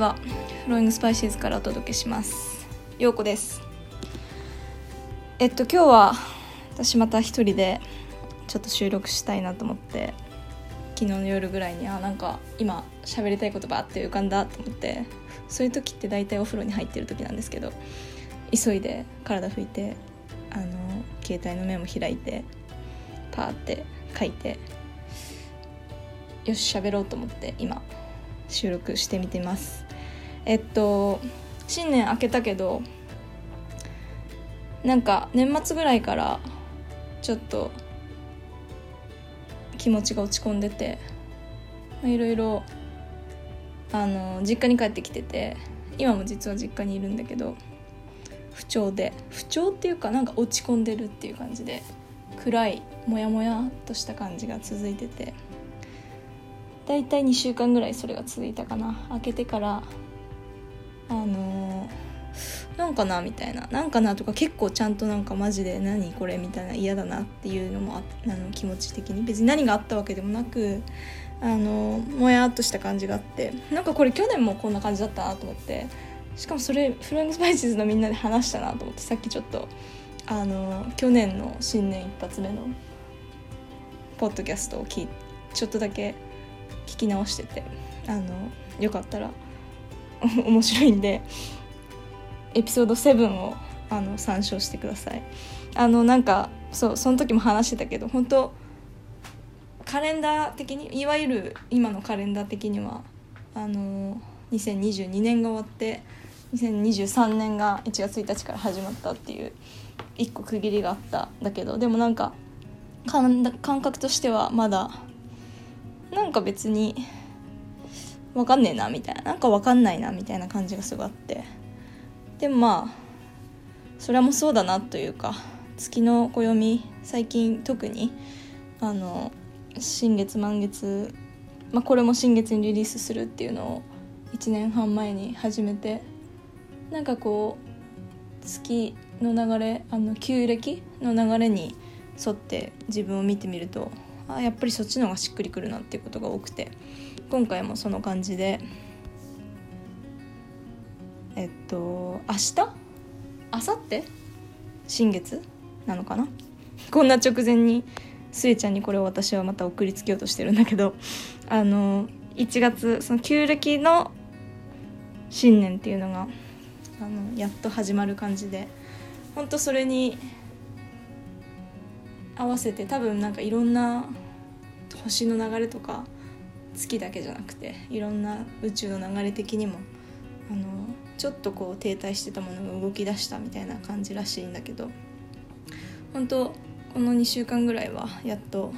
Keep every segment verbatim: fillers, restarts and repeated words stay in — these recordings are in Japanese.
は。フローイングスパイシーズからお届けします。ようこです。えっと今日は私また一人でちょっと収録したいなと思って、昨日の夜ぐらいにあなんか今喋りたい言葉あって浮かんだと思って、そういう時って大体お風呂に入ってる時なんですけど、急いで体拭いてあの携帯のメモ開いてパーって書いて、よし喋ろうと思って今収録してみてます。えっと新年明けたけど、なんか年末ぐらいからちょっと気持ちが落ち込んでて、いろいろあの実家に帰ってきてて、今も実は実家にいるんだけど、不調で不調っていうかなんか落ち込んでるっていう感じで、暗いモヤモヤっとした感じが続いてて、だいたいにしゅうかんぐらいそれが続いたかな。開けてからあのー、なんかなみたいな、なんかなとか結構ちゃんとなんかマジで何これみたいな、嫌だなっていうのもああの気持ち的に別に何があったわけでもなく、あのー、もやっとした感じがあって、なんかこれ去年もこんな感じだったなと思って、しかもそれフローイングスパイシーズのみんなで話したなと思って、さっきちょっとあのー、去年の新年一発目のポッドキャストを聞いちょっとだけ聞き直してて、あのよかったら面白いんでエピソードセブンをあの参照してください。あのなんかそうその時も話してたけど、本当カレンダー的に、いわゆる今のカレンダー的にはあのにせんにじゅうにねんが終わってにせんにじゅうさんねんがいちがつついたちから始まったっていう一個区切りがあったんだけど、でもなんか感覚としてはまだなんか別にわかんねえなみたいな、なんかわかんないなみたいな感じがすごいあって、でもまあそれもそうだなというか、月の暦最近特にあの新月満月、まあ、これも新月にリリースするっていうのをいちねんはん前に始めて、なんかこう月の流れ、あの旧暦の流れに沿って自分を見てみると、あやっぱりそっちの方がしっくりくるなっていうことが多くて、今回もその感じで、えっと明日明後日新月なのかな、こんな直前にスエちゃんにこれを私はまた送りつけようとしてるんだけど、あのいちがつその旧暦の新年っていうのがあのやっと始まる感じで、本当それに合わせて多分なんかいろんな星の流れとか月だけじゃなくていろんな宇宙の流れ的にもあのちょっとこう停滞してたものが動き出したみたいな感じらしいんだけど、本当このにしゅうかんぐらいはやっと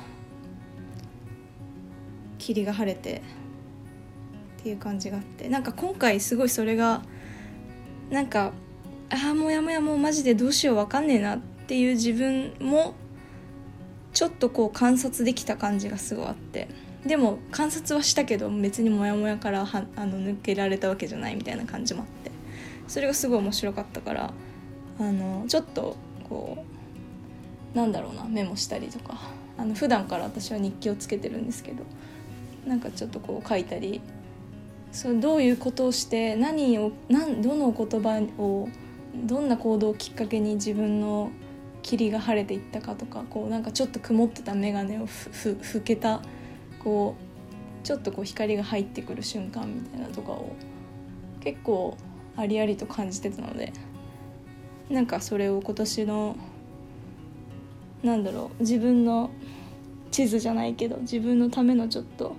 霧が晴れてっていう感じがあって、なんか今回すごいそれがなんかああもやもやもうマジでどうしようわかんねえなっていう自分もちょっとこう観察できた感じがすごいあって、でも観察はしたけど別にモヤモヤからはあの抜けられたわけじゃないみたいな感じもあって、それがすごい面白かったから、あのちょっとこうなんだろうな、メモしたりとか、あの普段から私は日記をつけてるんですけど、なんかちょっとこう書いたり、そうどういうことをして何をなんどの言葉をどんな行動をきっかけに自分の霧が晴れていったかとか、こうなんかちょっと曇ってた眼鏡をふふ拭けた、こうちょっとこう光が入ってくる瞬間みたいなとかを結構ありありと感じてたので、なんかそれを今年のなんだろう、自分の地図じゃないけど自分のためのちょっと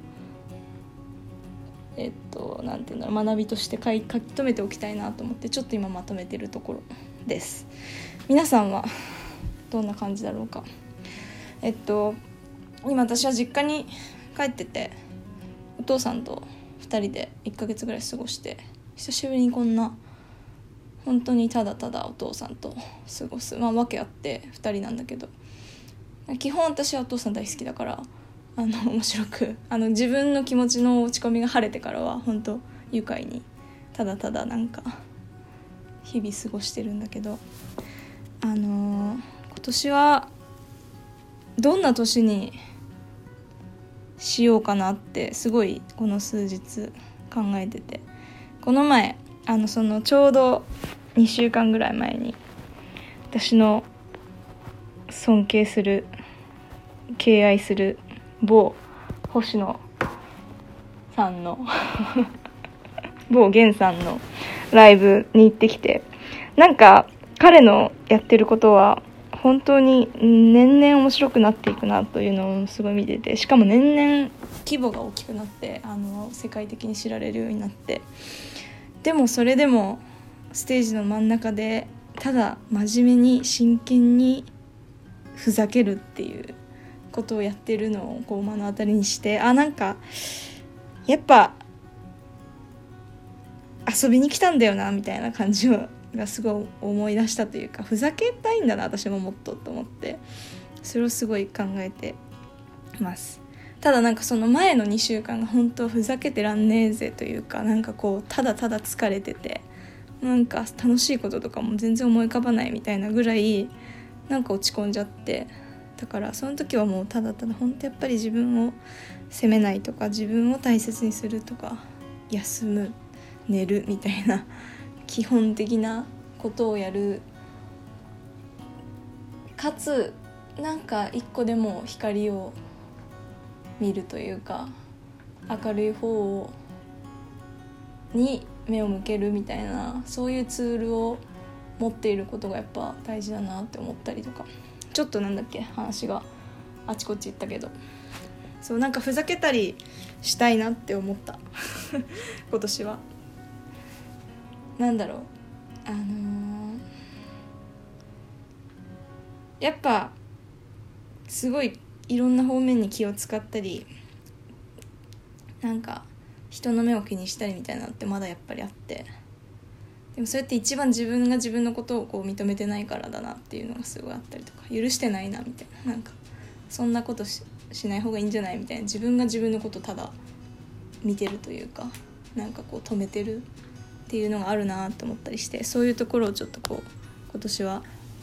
えっとなんていうんだろう、学びとして書き書き留めておきたいなと思って、ちょっと今まとめてるところです。皆さんはどんな感じだろうか。えっと今私は実家に帰ってて、お父さんとふたりでいっかげつぐらい過ごして、久しぶりにこんな本当にただただお父さんと過ごす、まあ訳あってふたりなんだけど、基本私はお父さん大好きだから、あの面白くあの自分の気持ちの落ち込みが晴れてからは本当愉快にただただなんか日々過ごしてるんだけど、あのー、今年はどんな年にしようかなってすごいこの数日考えてて、 この前あのそのちょうどにしゅうかんぐらい前に私の尊敬する敬愛する某星野さんの某源さんのライブに行ってきて、なんか彼のやってることは本当に年々面白くなっていくなというのをすごい見てて、しかも年々規模が大きくなってあの世界的に知られるようになって、でもそれでもステージの真ん中でただ真面目に真剣にふざけるっていうことをやってるのをこう目の当たりにして、あ、なんかやっぱ遊びに来たんだよなみたいな感じがすごい思い出したというか、ふざけたいんだな私ももっとと思って、それをすごい考えてます。ただなんかその前のにしゅうかんが本当ふざけてらんねえぜというか、なんかこうただただ疲れてて、なんか楽しいこととかも全然思い浮かばないみたいなぐらいなんか落ち込んじゃって、だからその時はもうただただ本当やっぱり自分を責めないとか、自分を大切にするとか、休む、寝るみたいな基本的なことをやる、かつなんか一個でも光を見るというか、明るい方に目を向けるみたいな、そういうツールを持っていることがやっぱ大事だなって思ったりとか、ちょっとなんだっけ話があちこち行ったけど、そうなんかふざけたりしたいなって思った今年は。なんだろう、あのー、やっぱすごいいろんな方面に気を使ったり、なんか人の目を気にしたりみたいなのってまだやっぱりあって、でもそれって一番自分が自分のことをこう認めてないからだなっていうのがすごいあったりとか、許してないなみたいな、なんかそんなこと し, しない方がいいんじゃないみたいな、自分が自分のことただ見てるというか、なんかこう止めてるっていうのがあるなと思ったりして、そういうところをちょっとこう今年は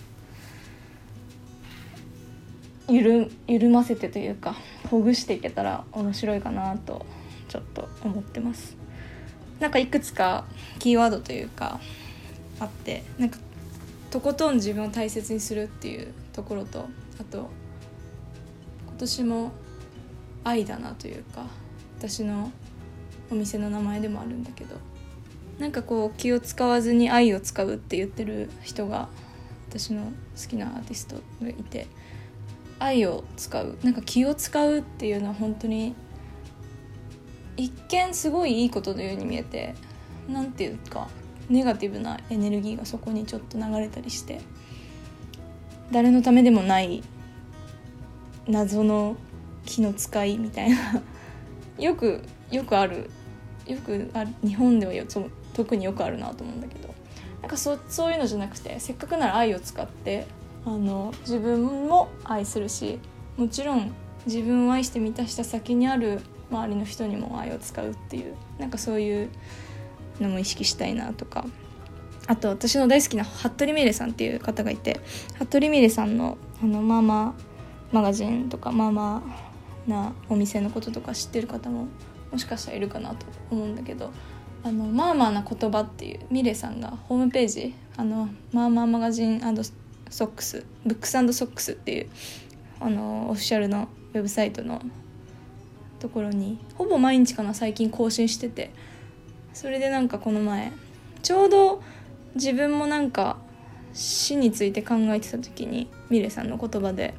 緩緩ませてというかほぐしていけたら面白いかなとちょっと思ってます。なんかいくつかキーワードというかあって、なんかとことん自分を大切にするっていうところと、あと今年も愛だなというか、私のお店の名前でもあるんだけど、なんかこう気を使わずに愛を使うって言ってる人が私の好きなアーティストがいて、愛を使う、なんか気を使うっていうのは本当に一見すごいいいことのように見えて、なんていうかネガティブなエネルギーがそこにちょっと流れたりして、誰のためでもない謎の気の使いみたいなよくよくあるよくある日本ではよ特によくあるなと思うんだけど、なんか そ, そういうのじゃなくて、せっかくなら愛を使ってあの自分も愛するし、もちろん自分を愛して満たした先にある周りの人にも愛を使うっていう、なんかそういうのも意識したいなとか、あと私の大好きな服部美玲さんっていう方がいて、服部美玲さんのあのマママガジンとかママなお店のこととか知ってる方ももしかしたらいるかなと思うんだけど、あのマーマーな言葉っていうミレさんがホームページ、あのマーマーマガジン&ソックスブックス&ソックスっていうあのオフィシャルのウェブサイトのところにほぼ毎日かな最近更新してて、それでなんかこの前ちょうど自分もなんか死について考えてた時にミレさんの言葉で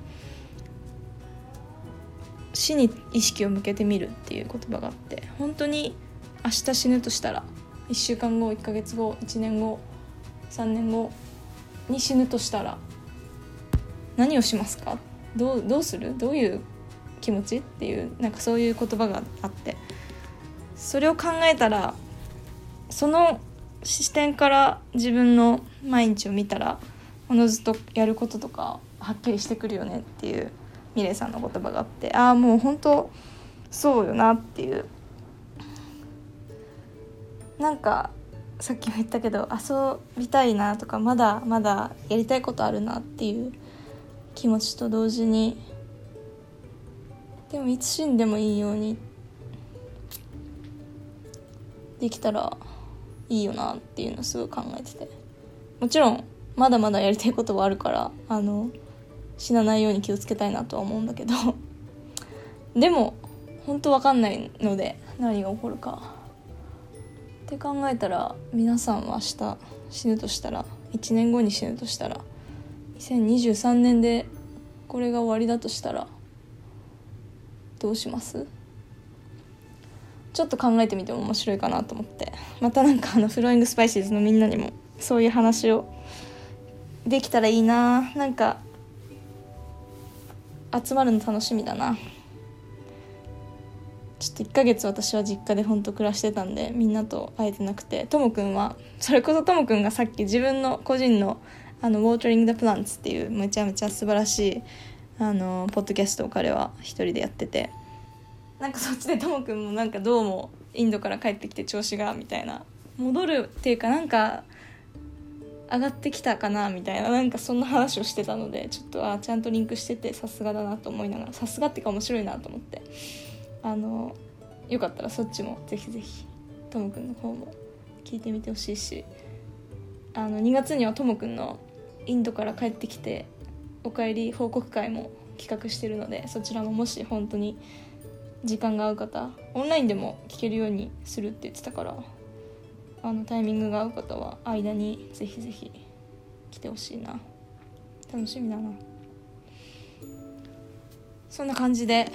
死に意識を向けてみるっていう言葉があって、本当に明日死ぬとしたらいっしゅうかんご、いっかげつご、いちねんご、さんねんごに死ぬとしたら何をしますか、どう、どうする、どういう気持ちっていう、なんかそういう言葉があって、それを考えたらその視点から自分の毎日を見たらおのずとやることとかはっきりしてくるよねっていうミレイさんの言葉があって、ああもう本当そうよなっていう、なんかさっきも言ったけど遊びたいなとかまだまだやりたいことあるなっていう気持ちと同時に、でもいつ死んでもいいようにできたらいいよなっていうのをすごい考えてて、もちろんまだまだやりたいことはあるからあの死なないように気をつけたいなとは思うんだけどでも本当わかんないので何が起こるかって考えたら、皆さんは明日死ぬとしたら、いちねんごに死ぬとしたら、にせんにじゅうさんねんでこれが終わりだとしたらどうします？ちょっと考えてみても面白いかなと思って、またなんかあのフローイングスパイシーズのみんなにもそういう話をできたらいいな。なんか集まるの楽しみだな。ちょっといっかげつ私は実家で本当暮らしてたんでみんなと会えてなくて、ともくんはそれこそともくんがさっき自分の個人のあの Watering the Plants っていうめちゃめちゃ素晴らしいあのポッドキャストを彼は一人でやってて、なんかそっちでともくんもなんかどうもインドから帰ってきて調子がみたいな、戻るっていうかなんか上がってきたかなみたいな、なんかそんな話をしてたので、ちょっとあちゃんとリンクしててさすがだなと思いながら、さすがっていうか面白いなと思って、あのよかったらそっちもぜひぜひともくんの方も聞いてみてほしいし、あのにがつにはともくんのインドから帰ってきてお帰り報告会も企画してるので、そちらももし本当に時間が合う方、オンラインでも聞けるようにするって言ってたから、あのタイミングが合う方は間にぜひぜひ来てほしいな。楽しみだな。そんな感じで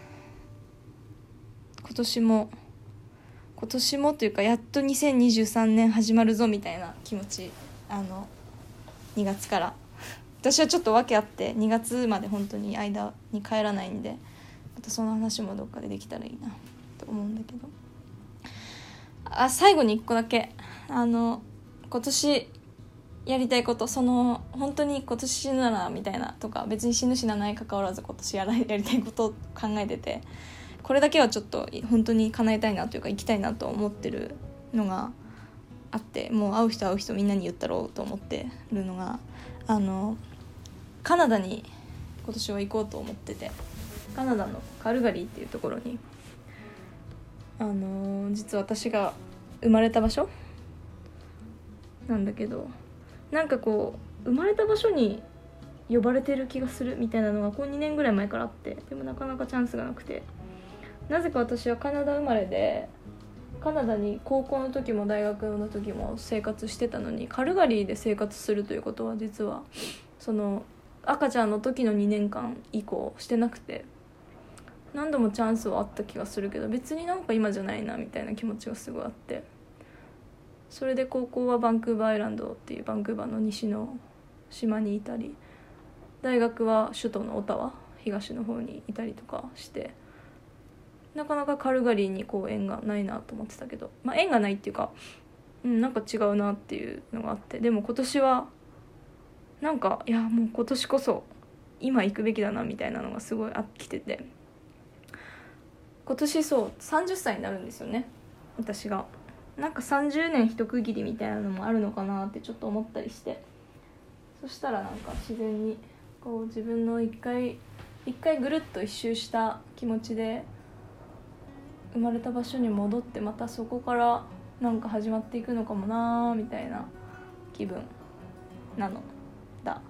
今年も今年もというかやっとにせんにじゅうさんねん始まるぞみたいな気持ち、あのにがつから私はちょっと訳あってにがつまで本当に間に帰らないんで、またその話もどっかでできたらいいなと思うんだけど、あ最後にいっこだけあの今年やりたいこと、その本当に今年死ぬならみたいなとか、別に死ぬ死なない関わらず今年やらやりたいことを考えてて、これだけはちょっと本当に叶えたいなというか行きたいなと思ってるのがあって、もう会う人会う人みんなに言ったろうと思ってるのが、あのカナダに今年は行こうと思ってて、カナダのカルガリーっていうところに、あの実は私が生まれた場所なんだけど、なんかこう生まれた場所に呼ばれてる気がするみたいなのがこうにねんぐらい前からあって、でもなかなかチャンスがなくて、なぜか私はカナダ生まれでカナダに高校の時も大学の時も生活してたのに、カルガリーで生活するということは実はその赤ちゃんの時のにねんかん以降してなくて、何度もチャンスはあった気がするけど別になんか今じゃないなみたいな気持ちがすごいあって、それで高校はバンクーバーアイランドっていうバンクーバーの西の島にいたり、大学は首都のオタワ東の方にいたりとかして、なかなかカルガリーにこう縁がないなと思ってたけど、まあ縁がないっていうか、うん、なんか違うなっていうのがあって、でも今年はなんかいやもう今年こそ今行くべきだなみたいなのがすごいあきてて、今年そうさんじゅっさいになるんですよね私が。なんかさんじゅうねん一区切りみたいなのもあるのかなってちょっと思ったりして、そしたらなんか自然にこう自分の一回一回ぐるっと一周した気持ちで生まれた場所に戻って、またそこからなんか始まっていくのかもなみたいな気分なのだ。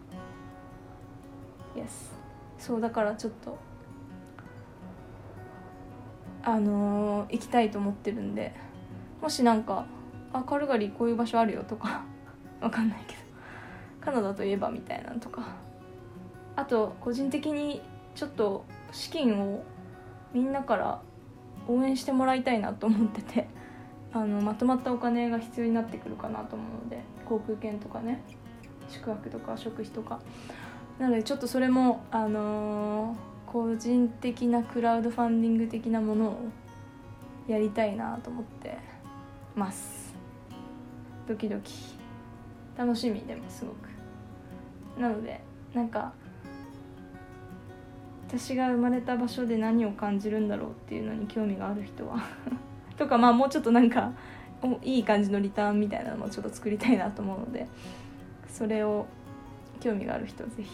Yes。 そうだからちょっとあのー、行きたいと思ってるんで、もしなんかあカルガリーこういう場所あるよとかわかんないけどカナダといえばみたいなのとか、あと個人的にちょっと資金をみんなから応援してもらいたいなと思ってて、あのまとまったお金が必要になってくるかなと思うので、航空券とかね、宿泊とか食費とか、なのでちょっとそれもあのー、個人的なクラウドファンディング的なものをやりたいなと思ってます。ドキドキ楽しみでもすごく。なのでなんか私が生まれた場所で何を感じるんだろうっていうのに興味がある人はとか、まあもうちょっとなんかいい感じのリターンみたいなのもちょっと作りたいなと思うので、それを興味がある人はぜひ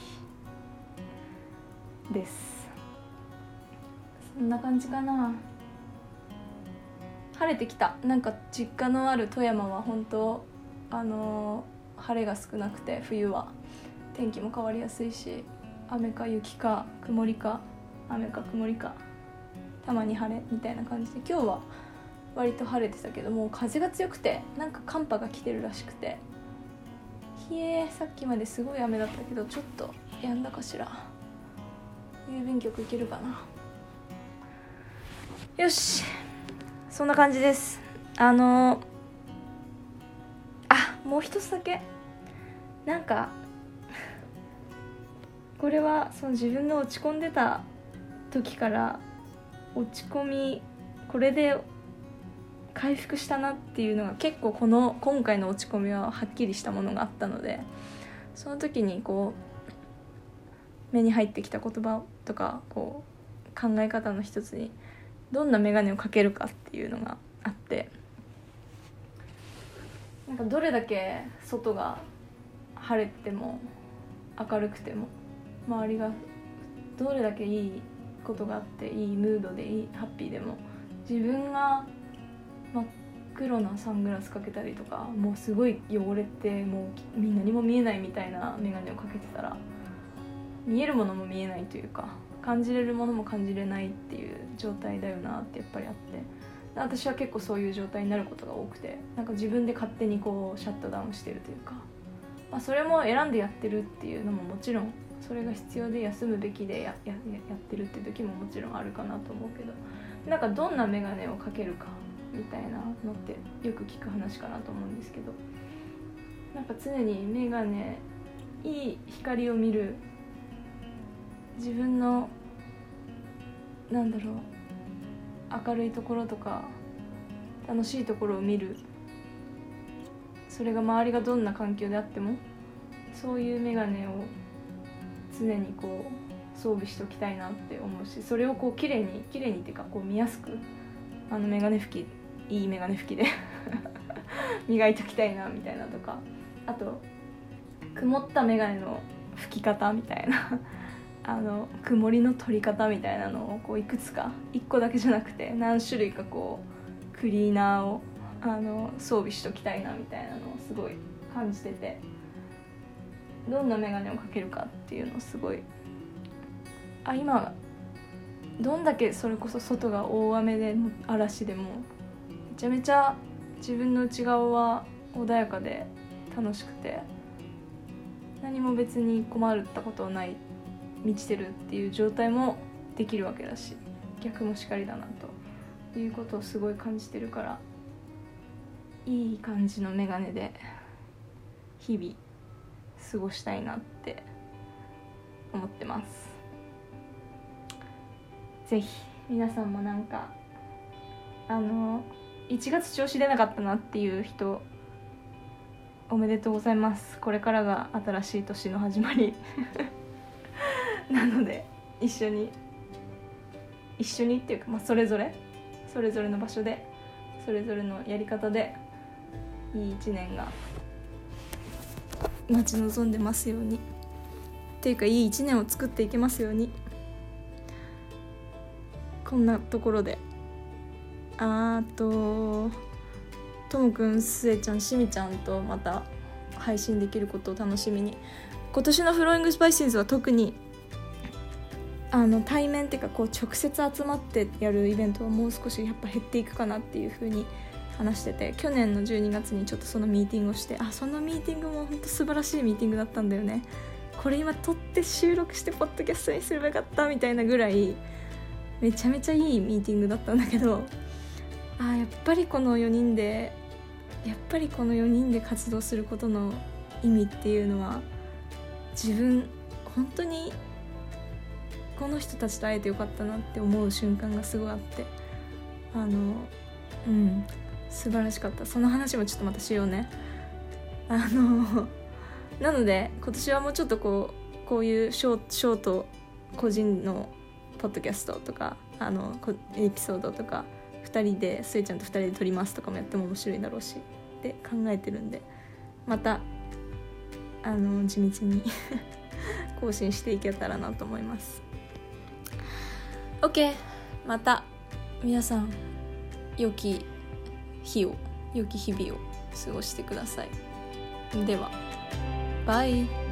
です。そんな感じかな。 晴れてきた。なんか実家のある富山は本当あのー、晴れが少なくて、冬は天気も変わりやすいし、雨か雪か曇りか雨か曇りかたまに晴れみたいな感じで、今日は割と晴れてたけど、もう風が強くてなんか寒波が来てるらしくて、ひえ、さっきまですごい雨だったけどちょっとやんだかしら。郵便局行けるかな。よし、そんな感じです。あのあもう一つだけ、なんかこれはその自分の落ち込んでた時から落ち込み、これで回復したなっていうのが結構この今回の落ち込みははっきりしたものがあったので、その時にこう目に入ってきた言葉とかこう考え方の一つにどんな眼鏡をかけるかっていうのがあって、なんかどれだけ外が晴れても明るくても周りがどれだけいいことがあっていいムードでいいハッピーでも、自分が真っ黒なサングラスかけたりとか、もうすごい汚れてもう何も見えないみたいな眼鏡をかけてたら、見えるものも見えないというか感じれるものも感じれないっていう状態だよなってやっぱりあって、私は結構そういう状態になることが多くて、なんか自分で勝手にこうシャットダウンしてるというか、まあ、それも選んでやってるっていうのももちろんそれが必要で休むべきで や, や, やってるっていう時ももちろんあるかなと思うけど、なんかどんな眼鏡をかけるかみたいなのってよく聞く話かなと思うんですけど、なんか常に眼鏡、いい光を見る、自分のなんだろう明るいところとか楽しいところを見る、それが周りがどんな環境であってもそういう眼鏡を常にこう装備しておきたいなって思うし、それをこう綺麗に綺麗にっていうかこう見やすく、あの眼鏡拭きいい眼鏡拭きで磨いておきたいなみたいなとか、あと曇った眼鏡の拭き方みたいなあの曇りの取り方みたいなのをこういくつかいっこだけじゃなくて何種類かこうクリーナーをあの装備しておきたいなみたいなのをすごい感じてて、どんな眼鏡をかけるかっていうのをすごい、あ今どんだけそれこそ外が大雨でも嵐でもめちゃめちゃ自分の内側は穏やかで楽しくて、何も別に困ったことはない満ちてるっていう状態もできるわけだし、逆もしかりだなということをすごい感じてるから、いい感じの眼鏡で日々過ごしたいなって思ってます。ぜひ皆さんもなんかあのいちがつ調子出なかったなっていう人おめでとうございます。これからが新しい年の始まりなので一緒に一緒にっていうか、まあ、それぞれそれぞれの場所でそれぞれのやり方でいい一年が待ち望んでますようにっていうか、いい一年を作っていけますように。こんなところであとともくん、すえちゃん、しみちゃんとまた配信できることを楽しみに、今年のフローイングスパイシーズは特にあの対面っていうかこう直接集まってやるイベントはもう少しやっぱ減っていくかなっていう風に話してて、去年のじゅうにがつにちょっとそのミーティングをして、あそのミーティングも本当素晴らしいミーティングだったんだよね、これ今撮って収録してポッドキャストにすればよかったみたいなぐらいめちゃめちゃいいミーティングだったんだけど、あやっぱりこのよにんでやっぱりこのよにんで活動することの意味っていうのは、自分本当にこの人たちと会えてよかったなって思う瞬間がすごいあって、あのうん素晴らしかった。その話もちょっとまたしようね。あのなので今年はもうちょっとこうこういうショート、ショート個人のポッドキャストとかあのエピソードとかふたりで、スエちゃんとふたりで撮りますとかもやっても面白いだろうしって考えてるんで、またあの地道に更新していけたらなと思います。 OK、 また皆さん良き日を良き日々を過ごしてください。ではバイ。